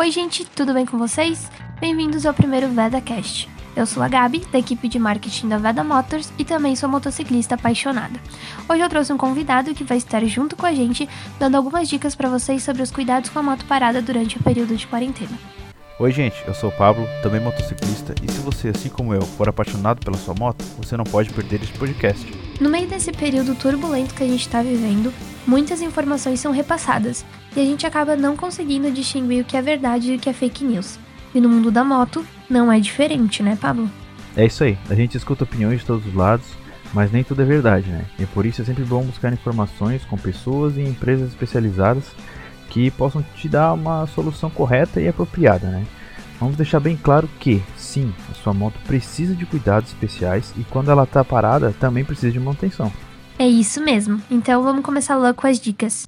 Oi gente, tudo bem com vocês? Bem-vindos ao primeiro VedaCast. Eu sou a Gabi, da equipe de marketing da Veda Motors e também sou motociclista apaixonada. Hoje eu trouxe um convidado que vai estar junto com a gente, dando algumas dicas para vocês sobre os cuidados com a moto parada durante o período de quarentena. Oi gente, eu sou o Pablo, também motociclista, e se você, assim como eu, for apaixonado pela sua moto, você não pode perder esse podcast. No meio desse período turbulento que a gente está vivendo, muitas informações são repassadas, e a gente acaba não conseguindo distinguir o que é verdade e o que é fake news. E no mundo da moto, não é diferente, né, Pablo? É isso aí, a gente escuta opiniões de todos os lados, mas nem tudo é verdade, né? E por isso é sempre bom buscar informações com pessoas e empresas especializadas que possam te dar uma solução correta e apropriada, né? Vamos deixar bem claro que, sim, a sua moto precisa de cuidados especiais e quando ela está parada, também precisa de manutenção. É isso mesmo, então vamos começar logo com as dicas.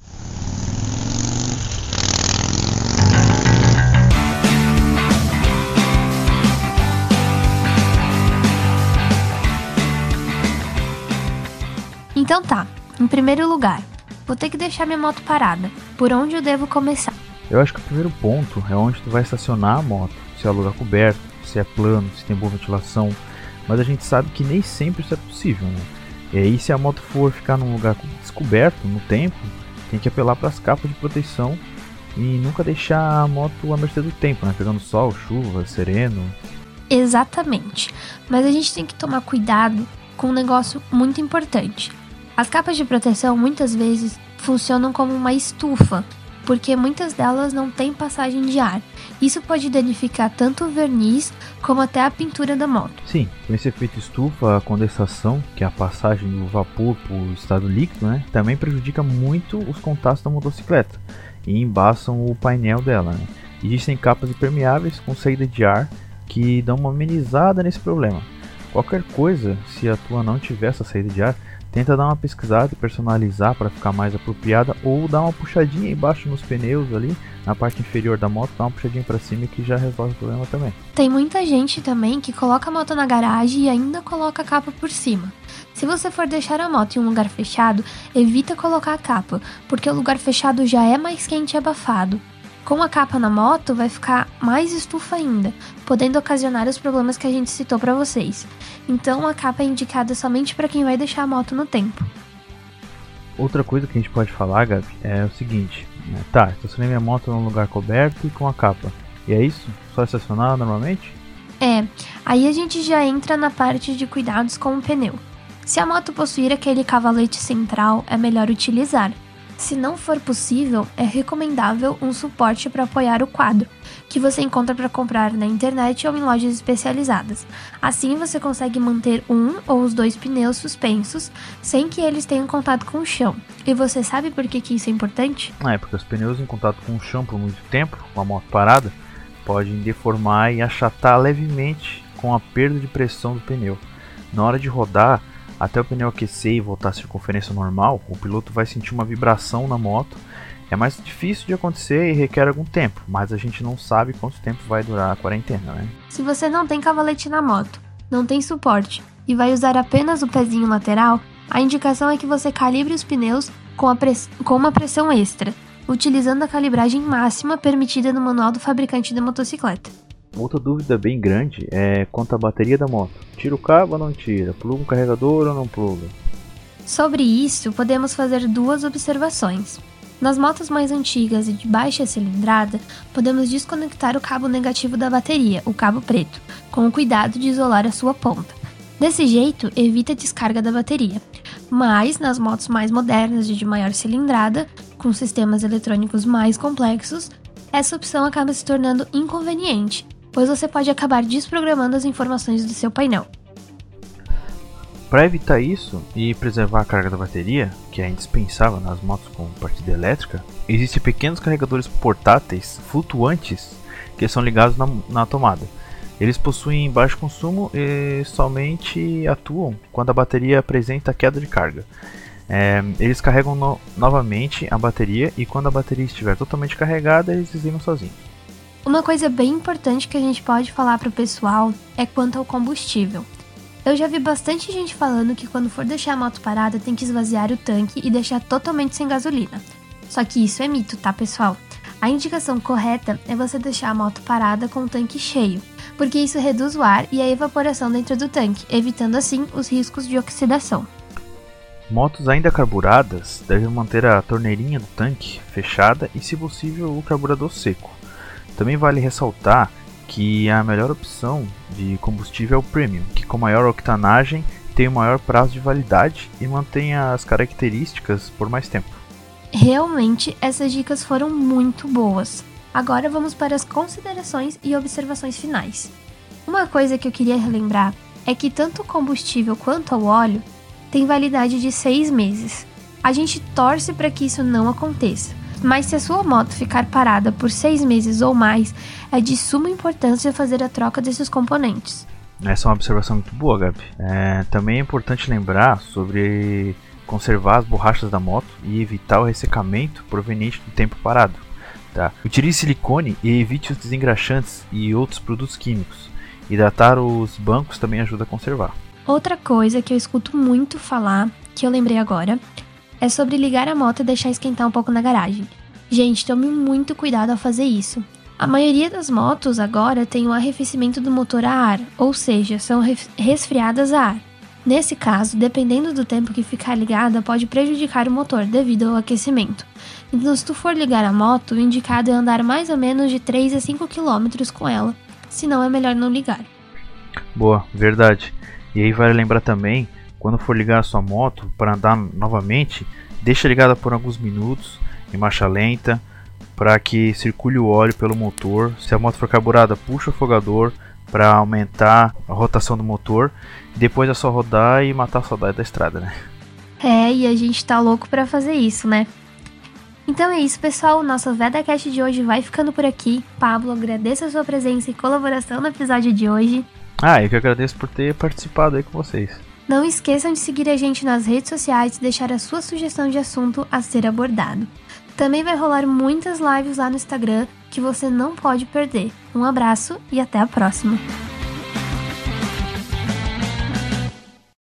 Então tá, em primeiro lugar, vou ter que deixar minha moto parada. Por onde eu devo começar? Eu acho que o primeiro ponto é onde tu vai estacionar a moto. Se é lugar coberto, se é plano, se tem boa ventilação. Mas a gente sabe que nem sempre isso é possível, né? E aí se a moto for ficar num lugar descoberto no tempo, tem que apelar para as capas de proteção e nunca deixar a moto à mercê do tempo, né? Pegando sol, chuva, sereno. Exatamente, mas a gente tem que tomar cuidado com um negócio muito importante. As capas de proteção muitas vezes funcionam como uma estufa, porque muitas delas não têm passagem de ar. Isso pode danificar tanto o verniz como até a pintura da moto. Sim, com esse efeito estufa, a condensação, que é a passagem do vapor para o estado líquido, né, também prejudica muito os contatos da motocicleta e embaçam o painel dela, né. Existem capas impermeáveis com saída de ar que dão uma amenizada nesse problema. Qualquer coisa, se a tua não tiver essa saída de ar, tenta dar uma pesquisada e personalizar para ficar mais apropriada ou dar uma puxadinha embaixo nos pneus ali, na parte inferior da moto, dá uma puxadinha para cima que já resolve o problema também. Tem muita gente também que coloca a moto na garagem e ainda coloca a capa por cima. Se você for deixar a moto em um lugar fechado, evita colocar a capa, porque o lugar fechado já é mais quente e abafado. Com a capa na moto, vai ficar mais estufa ainda, podendo ocasionar os problemas que a gente citou para vocês. Então, a capa é indicada somente para quem vai deixar a moto no tempo. Outra coisa que a gente pode falar, Gabi, é o seguinte. Tá, estacionei minha moto num lugar coberto e com a capa. E é isso? Só estacionar normalmente? Aí a gente já entra na parte de cuidados com o pneu. Se a moto possuir aquele cavalete central, é melhor utilizar. Se não for possível, é recomendável um suporte para apoiar o quadro, que você encontra para comprar na internet ou em lojas especializadas. Assim você consegue manter um ou os dois pneus suspensos, sem que eles tenham contato com o chão. E você sabe por que isso é importante? É porque os pneus em contato com o chão por muito tempo, com a moto parada, podem deformar e achatar levemente com a perda de pressão do pneu. Na hora de rodar, até o pneu aquecer e voltar à circunferência normal, o piloto vai sentir uma vibração na moto. É mais difícil de acontecer e requer algum tempo, mas a gente não sabe quanto tempo vai durar a quarentena, né? Se você não tem cavalete na moto, não tem suporte e vai usar apenas o pezinho lateral, a indicação é que você calibre os pneus com uma pressão extra, utilizando a calibragem máxima permitida no manual do fabricante da motocicleta. Outra dúvida bem grande é quanto à bateria da moto. Tira o cabo ou não tira? Pluga um carregador ou não pluga? Sobre isso, podemos fazer duas observações. Nas motos mais antigas e de baixa cilindrada, podemos desconectar o cabo negativo da bateria, o cabo preto, com o cuidado de isolar a sua ponta. Desse jeito, evita a descarga da bateria. Mas, nas motos mais modernas e de maior cilindrada, com sistemas eletrônicos mais complexos, essa opção acaba se tornando inconveniente, pois você pode acabar desprogramando as informações do seu painel. Para evitar isso e preservar a carga da bateria, que é indispensável nas motos com partida elétrica, existem pequenos carregadores portáteis flutuantes que são ligados na tomada. Eles possuem baixo consumo e somente atuam quando a bateria apresenta queda de carga. Eles carregam novamente a bateria e quando a bateria estiver totalmente carregada, eles desligam sozinhos. Uma coisa bem importante que a gente pode falar para o pessoal é quanto ao combustível. Eu já vi bastante gente falando que quando for deixar a moto parada tem que esvaziar o tanque e deixar totalmente sem gasolina. Só que isso é mito, tá, pessoal? A indicação correta é você deixar a moto parada com o tanque cheio, porque isso reduz o ar e a evaporação dentro do tanque, evitando assim os riscos de oxidação. Motos ainda carburadas devem manter a torneirinha do tanque fechada e, se possível, o carburador seco. Também vale ressaltar que a melhor opção de combustível é o Premium, que com maior octanagem tem o maior prazo de validade e mantém as características por mais tempo. Realmente, essas dicas foram muito boas. Agora vamos para as considerações e observações finais. Uma coisa que eu queria relembrar é que tanto o combustível quanto o óleo tem validade de 6 meses. A gente torce para que isso não aconteça, mas se a sua moto ficar parada por 6 meses ou mais, é de suma importância fazer a troca desses componentes. Essa é uma observação muito boa, Gabi. Também é importante lembrar sobre conservar as borrachas da moto e evitar o ressecamento proveniente do tempo parado. Tá? Utilize silicone e evite os desengraxantes e outros produtos químicos. Hidratar os bancos também ajuda a conservar. Outra coisa que eu escuto muito falar, que eu lembrei agora, é sobre ligar a moto e deixar esquentar um pouco na garagem. Gente, tome muito cuidado ao fazer isso. A maioria das motos agora tem um arrefecimento do motor a ar, ou seja, são resfriadas a ar. Nesse caso, dependendo do tempo que ficar ligada, pode prejudicar o motor devido ao aquecimento. Então, se tu for ligar a moto, o indicado é andar mais ou menos de 3 a 5 km com ela, senão é melhor não ligar. Boa, verdade. E aí vale lembrar também, quando for ligar a sua moto para andar novamente, deixa ligada por alguns minutos em marcha lenta, para que circule o óleo pelo motor. Se a moto for carburada, puxa o afogador para aumentar a rotação do motor. Depois é só rodar e matar a saudade da estrada, né? E a gente tá louco para fazer isso, né? Então é isso, pessoal. O nosso VedaCast de hoje vai ficando por aqui. Pablo, agradeço a sua presença e colaboração no episódio de hoje. Eu que agradeço por ter participado aí com vocês. Não esqueçam de seguir a gente nas redes sociais e deixar a sua sugestão de assunto a ser abordado. Também vai rolar muitas lives lá no Instagram que você não pode perder. Um abraço e até a próxima!